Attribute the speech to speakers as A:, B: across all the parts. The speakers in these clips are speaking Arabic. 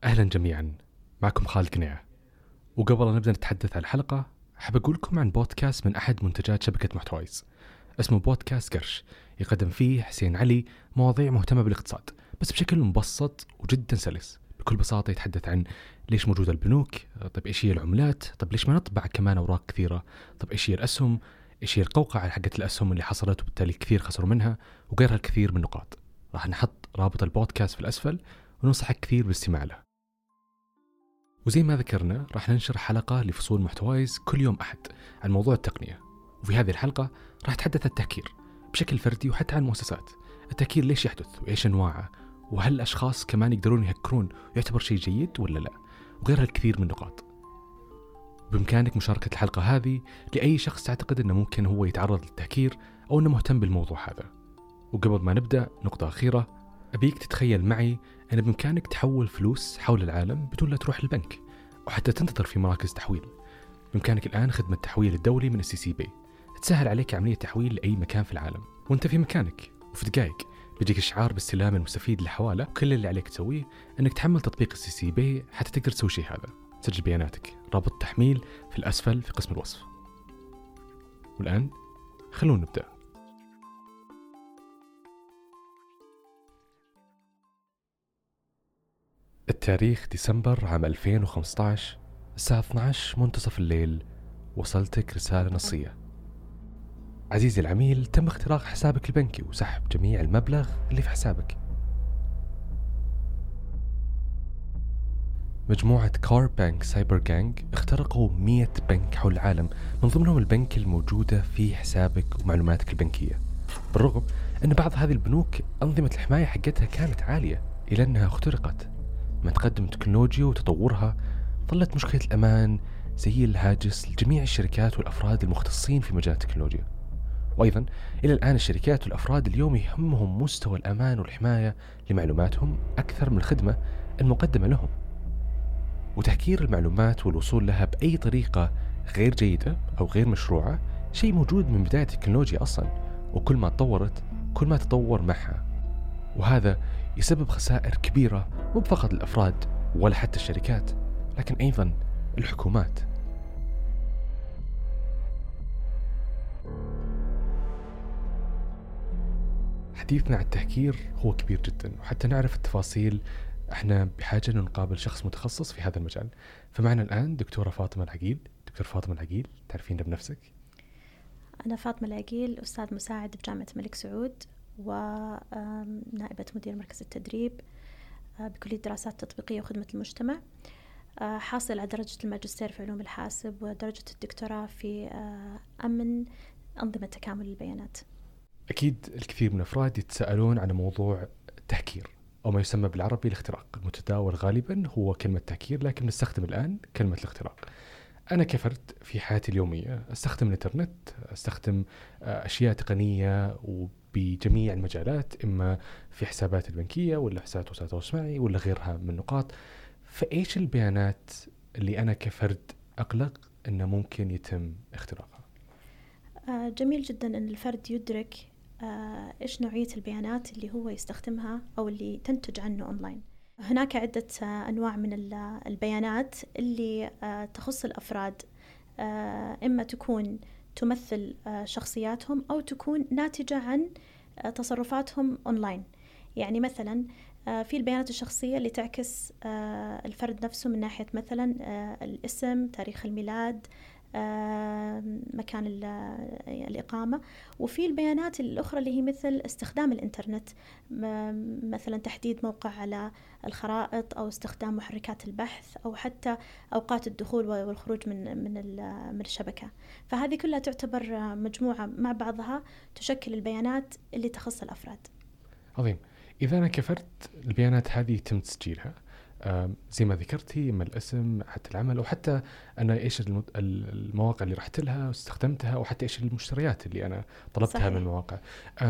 A: أهلا جميعا، معكم خالد قنيعة. وقبل أن نبدأ نتحدث عن الحلقة أحب أقول لكم عن بودكاست من أحد منتجات شبكة محتوايز اسمه بودكاست قرش. يقدم فيه حسين علي مواضيع مهتمة بالاقتصاد بس بشكل مبسط وجدا سلس. بكل بساطة يتحدث عن ليش موجودة البنوك، طيب إيش هي العملات، طيب ليش ما نطبع كمان أوراق كثيرة، طيب إيش هي الأسهم، إيش هي القوقعة حقت الأسهم اللي حصلت وبالتالي كثير خسروا منها، وغيرها الكثير من النقاط. راح نحط رابط البودكاست في الأسفل وننصحك كثير بالاستماع له. وزي ما ذكرنا راح ننشر حلقة لفصول محتوايز كل يوم أحد عن موضوع التقنية، وفي هذه الحلقة راح نتحدث عن التهكير بشكل فردي وحتى عن المؤسسات. التهكير ليش يحدث وإيش أنواعه، وهل الأشخاص كمان يقدرون يهكرون ويعتبر شيء جيد ولا لا، وغيرها الكثير من النقاط. بإمكانك مشاركة الحلقة هذه لأي شخص تعتقد أنه ممكن هو يتعرض للتهكير أو أنه مهتم بالموضوع هذا. وقبل ما نبدأ نقطة أخيرة، أبيك تتخيل معي أن بإمكانك تحول فلوس حول العالم بدون لا تروح للبنك أو حتى تنتظر في مراكز تحويل. بإمكانك الآن خدمة التحويل الدولي من CCB تسهل عليك عملية تحويل لأي مكان في العالم وأنت في مكانك، وفي دقائق بيجيك إشعار باستلام المستفيد للحوالة. كل اللي عليك تسويه أنك تحمل تطبيق CCB حتى تقدر تسوي شيء هذا. تسجل بياناتك، رابط التحميل في الأسفل في قسم الوصف. والآن خلونا نبدأ. التاريخ ديسمبر عام 2015، الساعة 12 منتصف الليل. وصلتك رسالة نصية: عزيزي العميل، تم اختراق حسابك البنكي وسحب جميع المبلغ اللي في حسابك. مجموعة كار بانك سايبر جانج اخترقوا 100 بنك حول العالم، من ضمنهم البنك الموجودة في حسابك ومعلوماتك البنكية. بالرغم أن بعض هذه البنوك أنظمة الحماية حقتها كانت عالية إلى أنها اخترقت. مع تقدم التكنولوجيا وتطورها ظلت مشكلة الأمان زي الهاجس لجميع الشركات والأفراد المختصين في مجال التكنولوجيا. وأيضا إلى الآن الشركات والأفراد اليوم يهمهم مستوى الأمان والحماية لمعلوماتهم أكثر من الخدمة المقدمة لهم. وتهكير المعلومات والوصول لها بأي طريقة غير جيدة أو غير مشروعة شيء موجود من بداية التكنولوجيا أصلا، وكل ما تطورت كل ما تطور معها. وهذا يسبب خسائر كبيرة مو فقط للأفراد ولا حتى الشركات، لكن أيضا الحكومات. حديثنا عن التهكير هو كبير جدا، وحتى نعرف التفاصيل احنا بحاجة أن نقابل شخص متخصص في هذا المجال. فمعنا الآن دكتورة فاطمة العقيل. دكتور فاطمة العقيل، تعرفين بنفسك؟
B: أنا فاطمة العقيل، أستاذ مساعد بجامعة الملك سعود ونائبة مدير مركز التدريب بكلية دراسات تطبيقية وخدمة المجتمع، حاصل على درجة الماجستير في علوم الحاسب ودرجة الدكتوراه في أمن أنظمة تكامل البيانات.
A: أكيد الكثير من الأفراد يتساءلون عن موضوع التهكير أو ما يسمى بالعربي الاختراق. المتداول غالبا هو كلمة تهكير، لكن نستخدم الآن كلمة الاختراق. أنا كفرد في حياتي اليومية أستخدم الإنترنت، أستخدم أشياء تقنية وبجميع المجالات، إما في حسابات البنكية ولا حسابات وسائل التواصل الاجتماعي ولا غيرها من النقاط. فإيش البيانات اللي أنا كفرد أقلق أنه ممكن يتم اختراقها؟
B: جميل جدا أن الفرد يدرك إيش نوعية البيانات اللي هو يستخدمها أو اللي تنتج عنه أونلاين. هناك عدة أنواع من البيانات اللي تخص الأفراد، إما تكون تمثل شخصياتهم أو تكون ناتجة عن تصرفاتهم أونلاين. يعني مثلا في البيانات الشخصية اللي تعكس الفرد نفسه من ناحية مثلا الاسم، تاريخ الميلاد، مكان الإقامة. وفي البيانات الأخرى اللي هي مثل استخدام الإنترنت، مثلا تحديد موقع على الخرائط أو استخدام محركات البحث أو حتى أوقات الدخول والخروج من الشبكة. فهذه كلها تعتبر مجموعة مع بعضها تشكل البيانات اللي تخص الأفراد.
A: عظيم. إذا أنا كفرد البيانات هذه يتم تسجيلها زي ما ذكرتي، إما الاسم حتى العمل، أو حتى أنا إيش المواقع اللي رحت لها واستخدمتها، أو حتى إيش المشتريات اللي أنا طلبتها صحيح. من المواقع.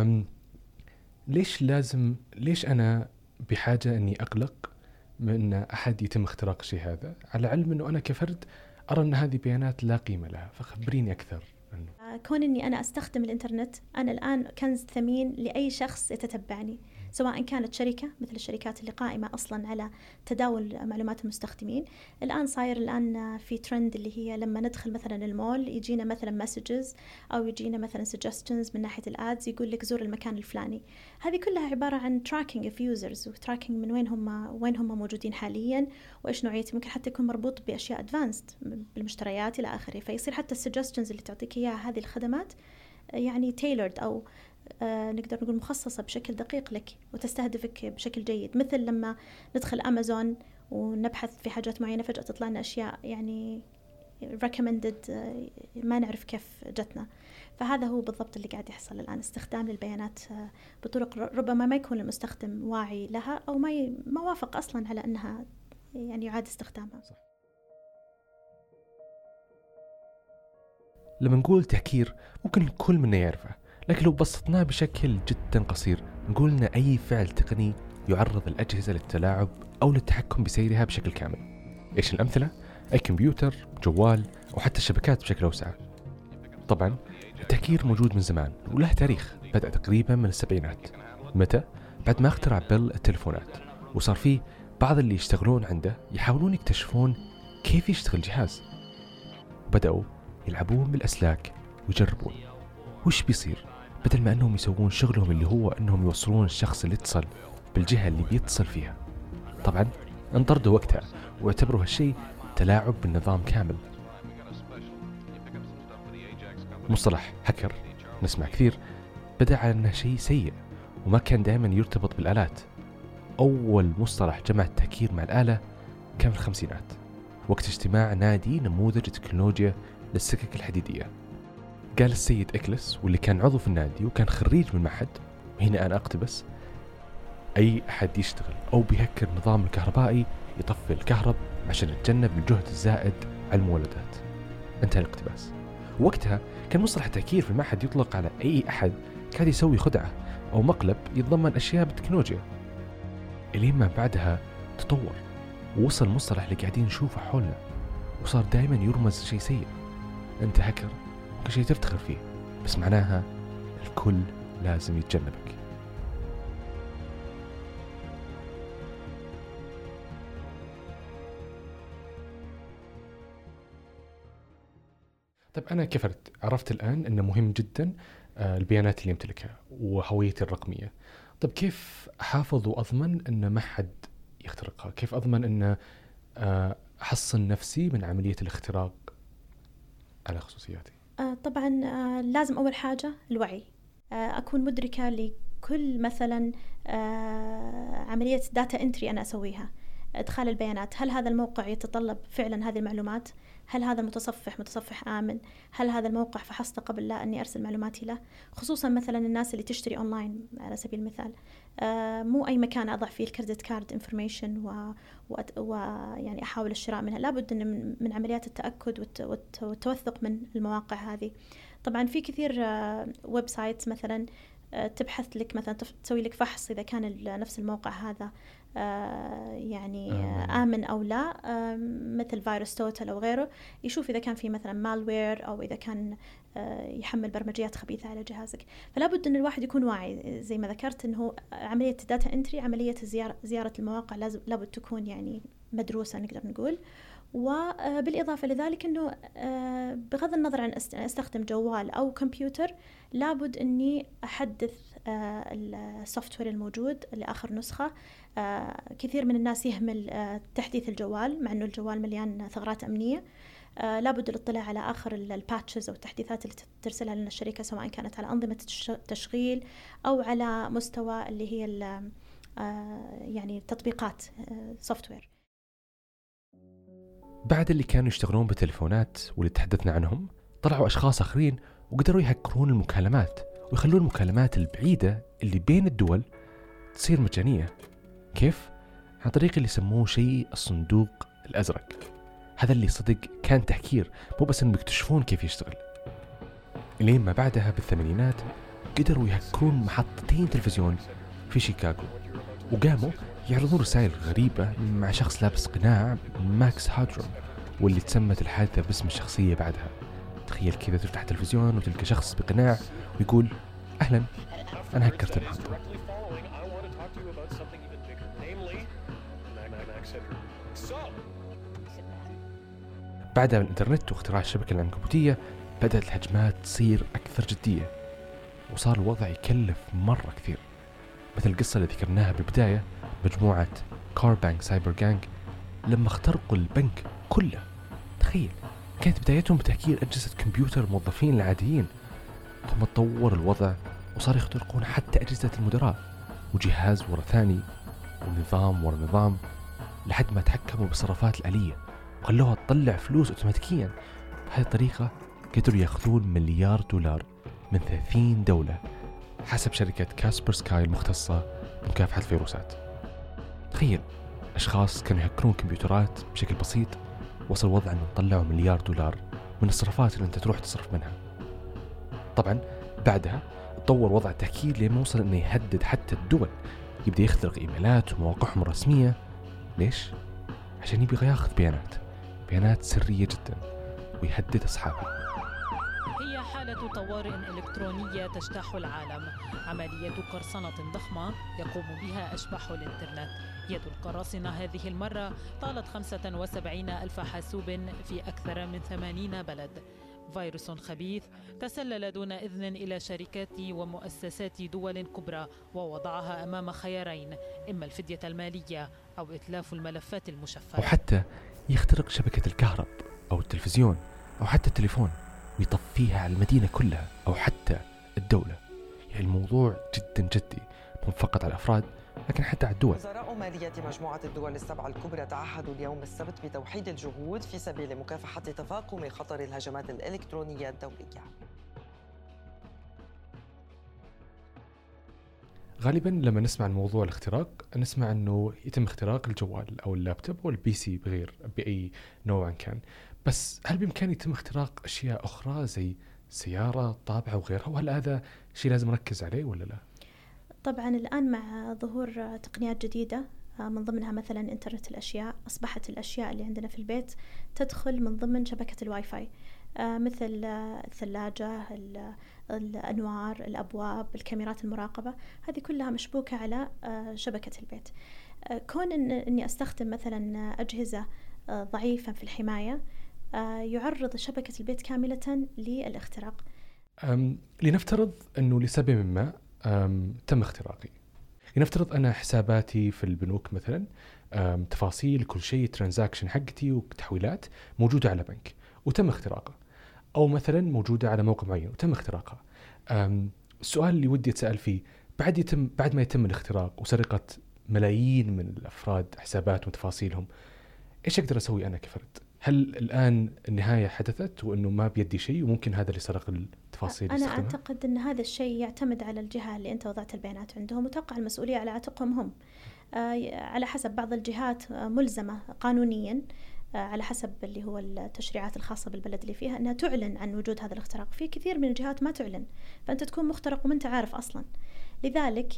A: ليش أنا بحاجة أني أقلق من أن أحد يتم اختراق شيء هذا، على علم أنه أنا كفرد أرى أن هذه بيانات لا قيمة لها؟ فخبريني أكثر عنه.
B: كون أني أنا أستخدم الإنترنت، أنا الآن كنز ثمين لأي شخص يتتبعني. سواء كانت شركة مثل الشركات اللي قائمة أصلا على تداول معلومات المستخدمين. الآن صاير في ترند اللي هي لما ندخل مثلا المول يجينا مثلا messages أو يجينا مثلا suggestions من ناحية الادز يقول لك زور المكان الفلاني. هذه كلها عبارة عن tracking of users وtracking من وين هم موجودين حاليا وإيش نوعية، ممكن حتى يكون مربوط بأشياء advanced بالمشتريات إلى آخره. فيصير حتى السجستشنز اللي تعطيك إياها هذه الخدمات يعني tailored أو نقدر نقول مخصصة بشكل دقيق لك وتستهدفك بشكل جيد. مثل لما ندخل أمازون ونبحث في حاجات معينة فجأة تطلع لنا أشياء يعني recommended ما نعرف كيف جتنا. فهذا هو بالضبط اللي قاعد يحصل الآن، استخدام للبيانات بطرق ربما ما يكون المستخدم واعي لها أو ما وافق أصلا على أنها يعني يعاد استخدامها.
A: صح. لما نقول تهكير ممكن الكل منا يعرفه، لكن لو بسطناه بشكل جدا قصير نقول إن أي فعل تقني يعرض الأجهزة للتلاعب أو للتحكم بسيرها بشكل كامل. إيش الأمثلة؟ أي كمبيوتر، جوال، أو حتى الشبكات بشكل أوسع. طبعا التهكير موجود من زمان وله تاريخ، بدأ تقريبا من السبعينات. متى؟ بعد ما اخترع بيل التلفونات، وصار فيه بعض اللي يشتغلون عنده يحاولون يكتشفون كيف يشتغل جهاز، وبدأوا يلعبون بالأسلاك ويجربون وش بيصير بدل ما أنهم يسوون شغلهم اللي هو أنهم يوصلون الشخص اللي اتصل بالجهة اللي بيتصل فيها. طبعا انطردوا وقتها واعتبروا هالشيء تلاعب بالنظام كامل. مصطلح هاكر نسمع كثير بدأ على أنه شيء سيء وما كان دائما يرتبط بالآلات. أول مصطلح جمع التهكير مع الآلة كان في الخمسينات وقت اجتماع نادي نموذج التكنولوجيا للسكك الحديدية. قال السيد إكلس واللي كان عضو في النادي وكان خريج من معهد، وهنا أنا أقتبس: أي أحد يشتغل أو بيهكر النظام الكهربائي يطفي الكهرب عشان يتجنب الجهد الزائد على المولدات. انتهى الاقتباس. وقتها كان مصطلح التهكير في المعهد يطلق على أي أحد كان يسوي خدعة أو مقلب يتضمن أشياء بالتكنولوجيا. إلين ما بعدها تطور ووصل المصطلح اللي قاعدين نشوفه حولنا، وصار دائما يرمز شيء سيء. أنت هاكر كل شيء تفتخر فيه، بس معناها الكل لازم يتجنبك. طيب أنا كفرت عرفت الآن أنه مهم جدا البيانات اللي يمتلكها وهويتي الرقمية. طيب كيف أحافظ وأضمن أن ما حد يخترقها؟ كيف أضمن أن أحصن نفسي من عملية الاختراق على خصوصياتي؟
B: طبعا لازم أول حاجة الوعي، أكون مدركة لكل مثلا عملية داتا انتري أنا أسويها، إدخال البيانات. هل هذا الموقع يتطلب فعلا هذه المعلومات؟ هل هذا المتصفح متصفح آمن؟ هل هذا الموقع فحصته قبل لا أني أرسل معلوماتي له؟ خصوصا مثلا الناس اللي تشتري أونلاين على سبيل المثال، مو أي مكان أضع فيه الكريدت كارد انفورميشن ويعني أحاول الشراء منها. لابد أن من عمليات التأكد والتوثق من المواقع هذه. طبعا في كثير ويب سايتس مثلا تبحث لك مثلا تسوي لك فحص إذا كان نفس الموقع هذا يعني آمن أو لا، مثل فيروس توتال أو غيره، يشوف إذا كان في مثلا مالوير أو إذا كان يحمل برمجيات خبيثة على جهازك. فلا بد أن الواحد يكون واعي زي ما ذكرت أنه عملية داتا انتري، عملية زيارة المواقع لابد تكون يعني مدروسة نقدر نقول. وبالإضافة لذلك أنه بغض النظر عن أستخدم جوال أو كمبيوتر لابد أني أحدث السوفت وير الموجود لآخر نسخة. كثير من الناس يهمل تحديث الجوال مع أنه الجوال مليان ثغرات أمنية. لابد الاطلاع على آخر الباتشز أو التحديثات اللي ترسلها لنا الشركة، سواء كانت على أنظمة التشغيل أو على مستوى اللي هي يعني تطبيقات سوفت وير.
A: بعد اللي كانوا يشتغلون بالتليفونات واللي تحدثنا عنهم، طلعوا أشخاص آخرين وقدروا يهكرون المكالمات ويخلون المكالمات البعيدة اللي بين الدول تصير مجانية. كيف؟ عن طريق اللي يسموه شيء الصندوق الأزرق. هذا اللي صدق كان تهكير، مو بس إنهم يكتشفون كيف يشتغل. إلين ما بعدها بالثمانينات قدروا يهكرون محطتين تلفزيون في شيكاغو، وقاموا يعرضون رسائل غريبة مع شخص لابس قناع ماكس هادروم، واللي تسمت الحادثة باسم الشخصية بعدها. تخيل كذا تفتح التلفزيون وتلقى شخص بقناع ويقول: أهلا، أنا هكرت المحطة. بعدها من الإنترنت واختراع الشبكة العنكبوتية بدأت الهجمات تصير أكثر جدية، وصار الوضع يكلف مرة كثير، مثل القصة اللي ذكرناها بالبداية، مجموعة كاربانك سايبر جانج لما اخترقوا البنك كله. تخيل، كانت بدايتهم بتهكير أجهزة كمبيوتر الموظفين العاديين، ثم تطور الوضع وصار يخترقون حتى أجهزة المدراء، وجهاز ورا ثاني ونظام ورا نظام، لحد ما تحكموا بالصرافات الآلية وخلوها تطلع فلوس أوتوماتيكيا. بهذه الطريقة قدروا يأخذون $1 مليار من 30 دولة حسب شركة كاسبر سكاي المختصة بمكافحة الفيروسات. تخيل، أشخاص كانوا يهكرون كمبيوترات بشكل بسيط، وصل الوضع أنه طلعوا $1 من الصرافات اللي أنت تروح تصرف منها. طبعا بعدها تطور وضع التهكير لما وصل أنه يهدد حتى الدول، يبدأ يخترق إيميلات ومواقعهم الرسمية. ليش؟ عشان يبغى ياخذ بيانات سرية جدا ويهدد أصحابه.
C: هي حالة طوارئ إلكترونية تجتاح العالم، عملية قرصنة ضخمة يقوم بها أشباح الإنترنت. يد القراصنة هذه المرة طالت 75,000 حاسوب في أكثر من 80 بلد. فيروس خبيث تسلل دون إذن إلى شركات ومؤسسات دول كبرى، ووضعها أمام خيارين: إما الفدية المالية أو إتلاف الملفات المشفرة،
A: أو حتى يخترق شبكة الكهرب أو التلفزيون أو حتى التليفون ويطفيها على المدينة كلها أو حتى الدولة. يعني الموضوع جدا جدي، مو فقط على الأفراد لكن حتى على الدول.
D: وزراء مالية مجموعة الدول السبع الكبرى تعهدوا اليوم السبت بتوحيد الجهود في سبيل مكافحة تفاقم خطر الهجمات الإلكترونية الدولية.
A: غالبا لما نسمع عن موضوع الاختراق نسمع أنه يتم اختراق الجوال أو اللابتوب أو البي سي بأي نوع كان، بس هل بإمكان يتم اختراق أشياء أخرى زي سيارة، طابعة وغيرها؟ وهل هذا شيء لازم نركز عليه ولا لا؟
B: طبعا الآن مع ظهور تقنيات جديدة من ضمنها مثلا إنترنت الأشياء، أصبحت الأشياء اللي عندنا في البيت تدخل من ضمن شبكة الواي فاي، مثل الثلاجة، الأنوار، الأبواب، الكاميرات المراقبة، هذه كلها مشبوكة على شبكة البيت. كون أني أستخدم مثلا أجهزة ضعيفة في الحماية يعرض شبكة البيت كاملة للاختراق.
A: لنفترض أنه لسبب ما تم اختراقي. لنفترض أنا حساباتي في البنوك مثلا، تفاصيل كل شيء، ترانزاكشن حقتي وتحويلات موجودة على بنك وتم اختراقه، أو مثلا موجودة على موقع معين وتم اختراقه. السؤال اللي ودي أتسأل فيه، بعد ما يتم الاختراق وسرقة ملايين من الأفراد حسابات وتفاصيلهم، إيش أقدر أسوي أنا كفرد؟ هل الآن النهاية حدثت وأنه ما بيدي شيء وممكن هذا اللي سرق التفاصيل
B: أنا أعتقد أن هذا الشيء يعتمد على الجهة اللي أنت وضعت البيانات عندهم، وتقع المسؤولية على عاتقهم هم. على حسب بعض الجهات ملزمة قانونيا على حسب اللي هو التشريعات الخاصة بالبلد اللي فيها أنها تعلن عن وجود هذا الاختراق. في كثير من الجهات ما تعلن، فأنت تكون مخترق وما أنت عارف أصلا. لذلك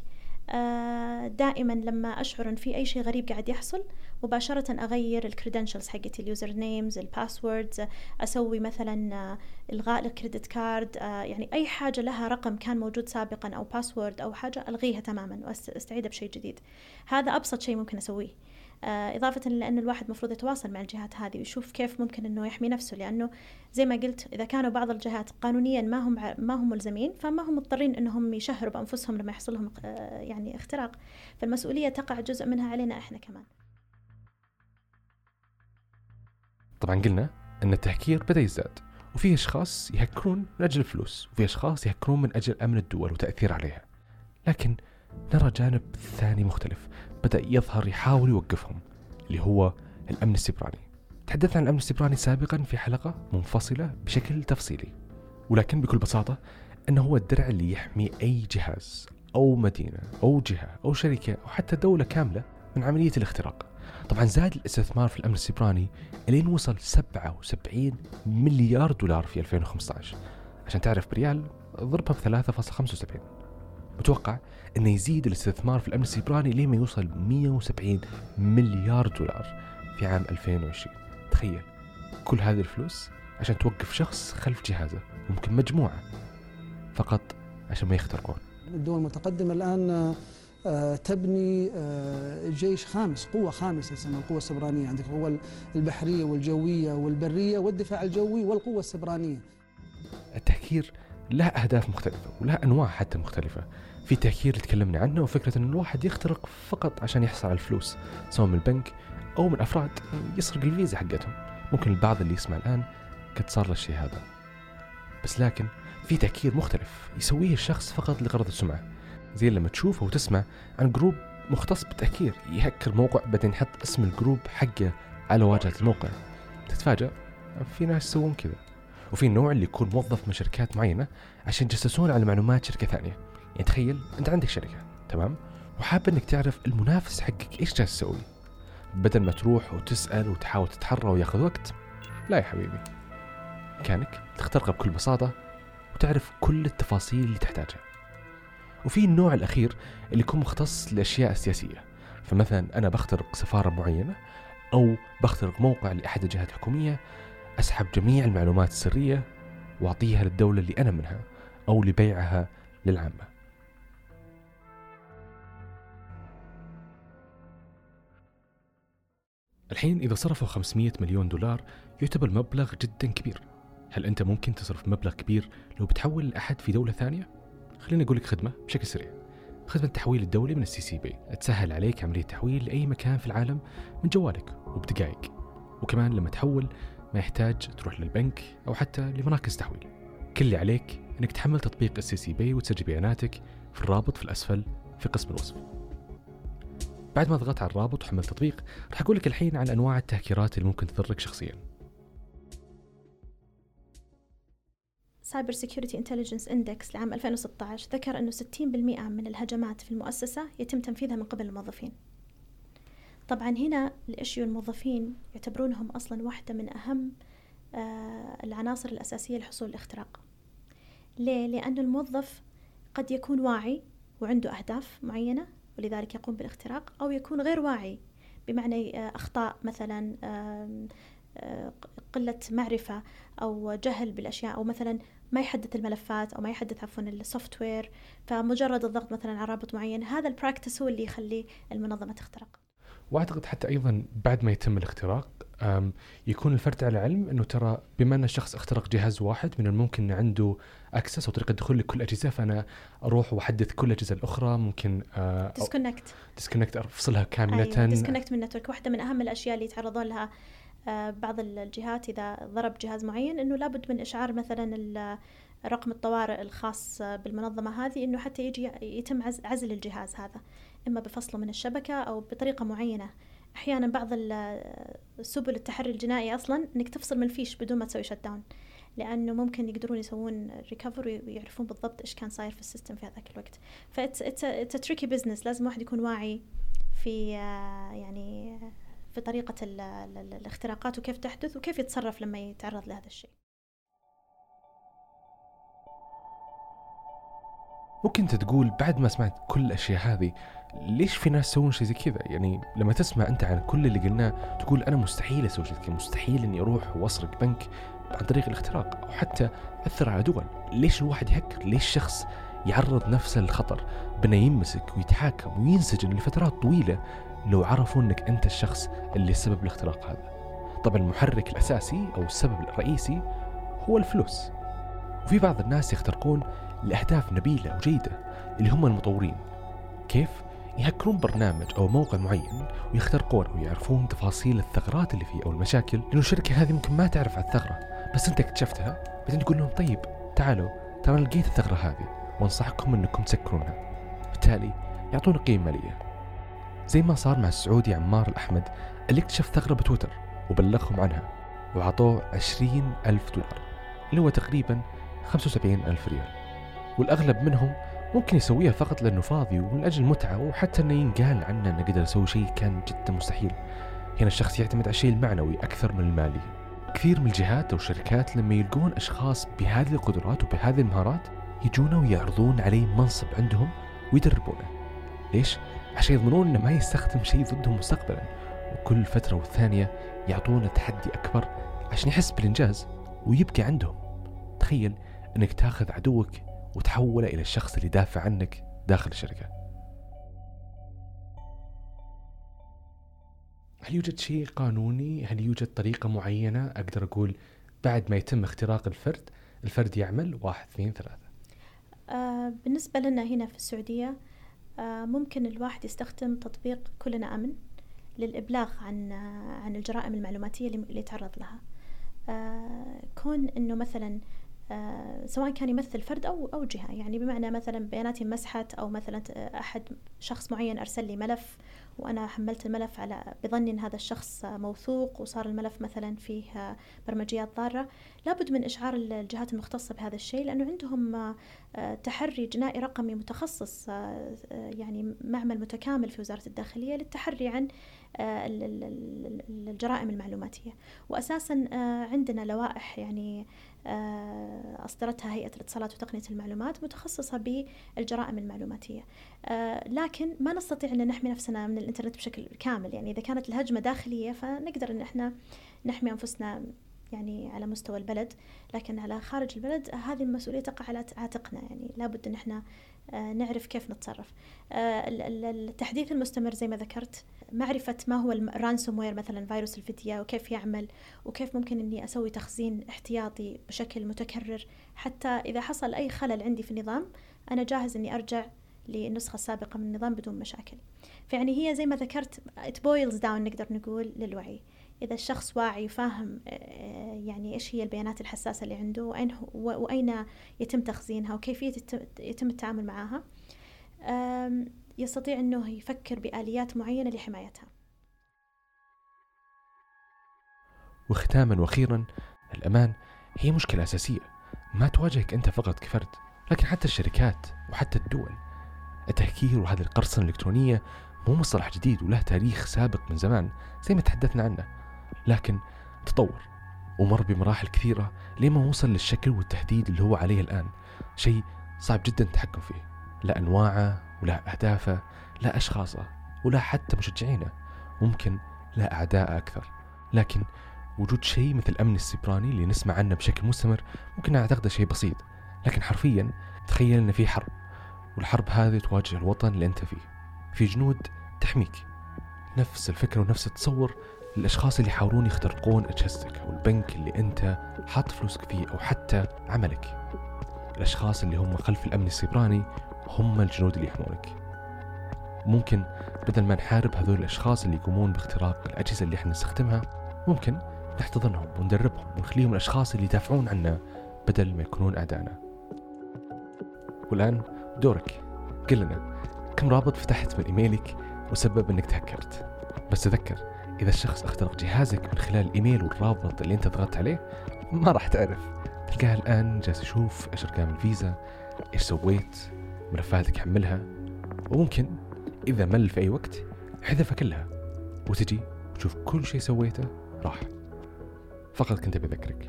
B: دائما لما أشعر أن في أي شيء غريب قاعد يحصل مباشرة أغير الكريدنشلز حقتي، اليوزر نيمز، الباسوردز، أسوي مثلا إلغاء الكريدت كارد، يعني أي حاجة لها رقم كان موجود سابقا أو باسورد أو حاجة ألغيها تماما وأستعيدها بشيء جديد. هذا أبسط شيء ممكن أسويه، إضافة لأن الواحد مفروض يتواصل مع الجهات هذه ويشوف كيف ممكن أنه يحمي نفسه، لأنه زي ما قلت إذا كانوا بعض الجهات قانونيا ما هم ملزمين فما هم مضطرين أنهم يشهروا بأنفسهم لما يحصل لهم يعني اختراق، فالمسؤولية تقع جزء منها علينا إحنا كمان.
A: طبعا قلنا أن التهكير بدأ يزداد، وفي أشخاص يهكرون من أجل الفلوس، وفي أشخاص يهكرون من أجل أمن الدول وتأثير عليها. لكن نرى جانب ثاني مختلف بدأ يظهر يحاول يوقفهم، اللي هو الأمن السيبراني. تحدثنا عن الأمن السيبراني سابقا في حلقة منفصلة بشكل تفصيلي، ولكن بكل بساطة أنه هو الدرع اللي يحمي أي جهاز أو مدينة أو جهة أو شركة أو حتى دولة كاملة من عملية الاختراق. طبعا زاد الاستثمار في الأمن السيبراني إلين وصل $77 مليار في 2015. عشان تعرف بريال ضربها ب3.75. متوقع أنه يزيد الاستثمار في الأمن السيبراني لما يوصل $170 مليار في عام 2020. تخيل كل هذه الفلوس عشان توقف شخص خلف جهازه، ممكن مجموعة، فقط عشان ما يخترقون.
E: الدول المتقدمة الآن تبني جيش خامس، قوة خامسة تسمى القوة السبرانية. عندك القوة البحرية والجوية والبرية والدفاع الجوي والقوة السبرانية.
A: التهكير له أهداف مختلفة وله أنواع حتى مختلفة. في تهكير اللي تكلمنا عنه وفكرة أن الواحد يخترق فقط عشان يحصل على الفلوس، سواء من البنك أو من أفراد يسرق الفيزا حقتهم. ممكن البعض اللي يسمع الآن قد صار له الشيء هذا. بس لكن في تهكير مختلف يسويه الشخص فقط لغرض السمعة، زي لما تشوف أو تسمع عن جروب مختص بالتهكير يهكر موقع بعدين يحط اسم الجروب حقه على واجهة الموقع. تتفاجأ في ناس يسوون كذا. وفي النوع اللي يكون موظف من شركات معينة عشان يجسسون على معلومات شركة ثانية. يعني تخيل أنت عندك شركة، تمام، وحاب أنك تعرف المنافس حقك إيش جالس يسوي، بدل ما تروح وتسأل وتحاول تتحرى وياخذ وقت. لا يا حبيبي، كانك تخترقه بكل بساطة وتعرف كل التفاصيل اللي تحتاجها. وفي النوع الأخير اللي يكون مختص لأشياء سياسية، فمثلا أنا بخترق سفارة معينة أو بخترق موقع لأحد الجهات الحكومية، أسحب جميع المعلومات السرية وأعطيها للدولة اللي أنا منها أو لبيعها للعامة. الحين إذا صرفوا 500 مليون دولار يعتبر مبلغ جدا كبير. هل أنت ممكن تصرف مبلغ كبير لو بتحول لأحد في دولة ثانية؟ خليني أقول لك خدمة بشكل سريع. خدمة التحويل الدولي من CCB تسهل عليك عملية تحويل لأي مكان في العالم من جوالك وبدقائق. وكمان لما تحول ما يحتاج تروح للبنك أو حتى لمراكز تحويل. كل اللي عليك أنك تحمل تطبيق CCB وتسجل بياناتك في الرابط في الأسفل في قسم الوصف. بعد ما ضغطت على الرابط وحملت التطبيق راح أقول لك الحين عن أنواع التهكيرات اللي ممكن تضرك شخصيا.
B: سايبر سيكيورتي انتليجنس اندكس لعام 2016 ذكر أنه 60% من الهجمات في المؤسسة يتم تنفيذها من قبل الموظفين. طبعا هنا الاشيو الموظفين يعتبرونهم أصلا واحدة من أهم العناصر الأساسية لحصول الاختراق. ليه؟ لأن الموظف قد يكون واعي وعنده أهداف معينة ولذلك يقوم بالاختراق، أو يكون غير واعي بمعنى أخطاء مثلا قلة معرفة أو جهل بالأشياء، أو مثلا ما يحدث الملفات أو ما يحدث السوفت وير، فمجرد الضغط مثلا على رابط معين هذا البراكتس هو اللي يخلي المنظمة تخترق.
A: وأعتقد حتى أيضا بعد ما يتم الاختراق يكون الفرد على علم أنه ترى بما أن الشخص اخترق جهاز واحد من الممكن عنده أكسس أو طريقة دخول لكل أجهزة، فأنا أروح وأحدث كل الأجهزة الأخرى. ممكن ديسكونكت أفصلها كاملة.
B: ديسكونكت من النتورك واحدة من أهم الأشياء اللي يتعرضون لها بعض الجهات إذا ضرب جهاز معين، إنه لابد من إشعار مثلا رقم الطوارئ الخاص بالمنظمة هذه، إنه حتى يتم عزل الجهاز هذا، إما بفصله من الشبكة أو بطريقة معينة. أحيانا بعض سبل التحري الجنائي أصلا إنك تفصل من الفيش بدون ما تسوي شت داون، لأنه ممكن يقدرون يسوون ريكفر ويعرفون بالضبط إيش كان صاير في السيستم في هذاك الوقت. فإتس تريكي بزنس، لازم واحد يكون واعي في يعني في طريقة الاختراقات وكيف تحدث وكيف يتصرف لما يتعرض لهذا الشيء.
A: ممكن تقول بعد ما سمعت كل الأشياء هذه ليش في ناس يسوون شيء زي كذا؟ يعني لما تسمع أنت عن كل اللي قلناه تقول أنا مستحيل أسوي شيء كذا، مستحيل إني أروح وأسرق بنك عن طريق الاختراق أو حتى أثر على دول. ليش الواحد يهكر؟ ليش شخص يعرض نفسه للخطر بأنه ينمسك ويتحاكم وينسجن لفترات طويلة لو عرفوا أنك أنت الشخص اللي سبب الاختراق هذا؟ طبعا المحرك الأساسي أو السبب الرئيسي هو الفلوس. وفي بعض الناس يخترقون لأهداف نبيلة وجيدة اللي هم المطورين. كيف؟ يهكرون برنامج أو موقع معين ويخترقون ويعرفون تفاصيل الثغرات اللي فيه أو المشاكل، لأنه الشركة هذه ممكن ما تعرف عن الثغرة بس أنت اكتشفتها، بعدين تقول لهم طيب تعالوا ترى أنا لقيت الثغرة هذه وانصحكم أنكم تسكرونها. بالتالي يعطون قيمة مالية، زي ما صار مع السعودي عمار الأحمد اللي اكتشف ثغرة بتويتر وبلغهم عنها وعطوه 20,000 دولار اللي هو تقريبا 75,000 ريال. والأغلب منهم ممكن يسويها فقط لأنه فاضي ومن أجل متعة، وحتى أنه ينقال عنه أنه قدر يسوي شيء كان جدا مستحيل. هنا الشخص يعتمد على الشيء المعنوي أكثر من المالي. كثير من الجهات أو الشركات لما يلقون أشخاص بهذه القدرات وبهذه المهارات يجونه ويعرضون عليه منصب عندهم ويدربونه. ليش؟ عشان يضمنون أنه ما يستخدم شيء ضدهم مستقبلا، وكل فترة والثانية يعطونه تحدي أكبر عشان يحس بالإنجاز ويبقى عندهم. تخيل أنك تاخذ عدوك وتحوله إلى الشخص اللي يدافع عنك داخل الشركة. هل يوجد شيء قانوني؟ هل يوجد طريقة معينة أقدر أقول بعد ما يتم اختراق الفرد يعمل 1 2 3؟
B: بالنسبة لنا هنا في السعودية ممكن الواحد يستخدم تطبيق كلنا أمن للإبلاغ عن الجرائم المعلوماتية اللي يتعرض لها. كون إنه مثلا سواء كان يمثل فرد أو جهة، يعني بمعنى مثلا بياناتي مسحت، أو مثلا شخص معين أرسل لي ملف وأنا حملت الملف على بظني أن هذا الشخص موثوق، وصار الملف مثلا فيه برمجيات ضارة، لابد من إشعار الجهات المختصة بهذا الشيء، لأنه عندهم تحري جنائي رقمي متخصص، يعني معمل متكامل في وزارة الداخلية للتحري عن الجرائم المعلوماتية. وأساسا عندنا لوائح يعني أصدرتها هيئة الاتصالات وتقنية المعلومات متخصصة بالجرائم المعلوماتية، لكن ما نستطيع أن نحمي نفسنا من الإنترنت بشكل كامل. يعني إذا كانت الهجمة داخلية فنقدر أن احنا نحمي أنفسنا يعني على مستوى البلد، لكن على خارج البلد هذه المسؤولية تقع على عاتقنا، يعني لابد أن احنا نعرف كيف نتصرف. التحديث المستمر زي ما ذكرت، معرفة ما هو الرانسوموير مثلا، فيروس الفدية، وكيف يعمل، وكيف ممكن أني أسوي تخزين احتياطي بشكل متكرر، حتى إذا حصل أي خلل عندي في النظام أنا جاهز أني أرجع للنسخة السابقة من النظام بدون مشاكل. فيعني هي زي ما ذكرت it boils down، نقدر نقول للوعي. إذا الشخص واعي وفاهم يعني إيش هي البيانات الحساسة اللي عنده وأين يتم تخزينها وكيفية يتم التعامل معها، يستطيع أنه يفكر بآليات معينة لحمايتها.
A: وختاما وأخيرا، الأمان هي مشكلة أساسية ما تواجهك أنت فقط كفرد، لكن حتى الشركات وحتى الدول. التهكير وهذه القرصنة الإلكترونية مو مصطلح جديد وله تاريخ سابق من زمان زي ما تحدثنا عنه، لكن تطور ومر بمراحل كثيرة لما وصل للشكل والتهديد اللي هو عليه الآن. شيء صعب جدا التحكم فيه، لا أنواعه ولا أهدافه، لا أشخاصه ولا حتى مشجعينه، ممكن لا أعداء أكثر. لكن وجود شيء مثل الأمن السيبراني اللي نسمع عنه بشكل مستمر ممكن نعتقده شيء بسيط، لكن حرفيا تخيل أن في حرب، والحرب هذه تواجه الوطن اللي أنت فيه، في جنود تحميك. نفس الفكرة ونفس التصور للأشخاص اللي يحاولون يخترقون أجهزتك أو البنك اللي أنت حاط فلوسك فيه أو حتى عملك. الأشخاص اللي هم خلف الأمن السيبراني هم الجنود اللي يحمونك. ممكن بدل ما نحارب هذول الأشخاص اللي يقومون باختراق الأجهزة اللي احنا نستخدمها، ممكن نحتضنهم وندربهم ونخليهم الأشخاص اللي يدافعون عنا بدل ما يكونون أعداءنا. والآن دورك، قل لنا كم رابط فتحت من إيميلك وسبب أنك تهكرت. بس تذكر، إذا الشخص اخترق جهازك من خلال الإيميل والرابط اللي أنت ضغطت عليه، ما راح تعرف. تلقاه الآن جالس يشوف إيش أرقام الفيزا، إيش سويت، ملفاتك حملها، وممكن إذا مل في أي وقت حذفها كلها وتجي وتشوف كل شيء سويته راح. فقط كنت بذكرك.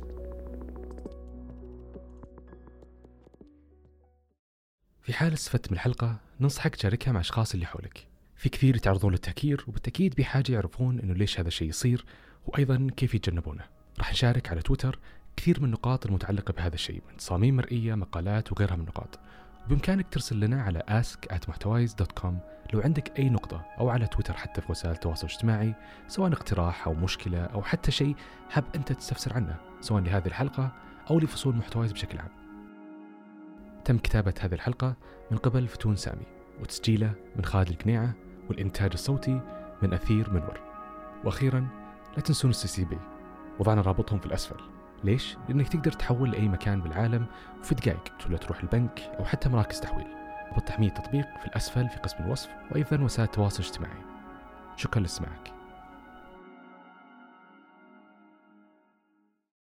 A: في حال استفدت من الحلقة ننصحك تشاركها مع أشخاص اللي حولك. في كثير يتعرضون للتهكير، وبالتأكيد بحاجة يعرفون إنه ليش هذا الشيء يصير، وأيضا كيف يتجنبونه. راح نشارك على تويتر كثير من النقاط المتعلقة بهذا الشيء، من تصاميم مرئية، مقالات وغيرها من النقاط. وبإمكانك ترسل لنا على ask@muhtawais.com لو عندك أي نقطة، أو على تويتر حتى في وسائل التواصل الاجتماعي، سواء اقتراح أو مشكلة أو حتى شيء حاب أنت تستفسر عنه، سواء لهذه الحلقة أو لفصول محتوايز بشكل عام. تم كتابة هذه الحلقة من قبل فتون سامي، وتسجيله من خالد القنيعة، والإنتاج الصوتي من أثير منور. وأخيرا لا تنسون CCB، وضعنا رابطهم في الأسفل. ليش؟ لأنك تقدر تحول لأي مكان بالعالم وفي دقائق ولا تروح البنك أو حتى مراكز تحويل. رابط تحميل التطبيق في الأسفل في قسم الوصف، وأيضا وسائل التواصل الاجتماعي. شكرا لاستماعك.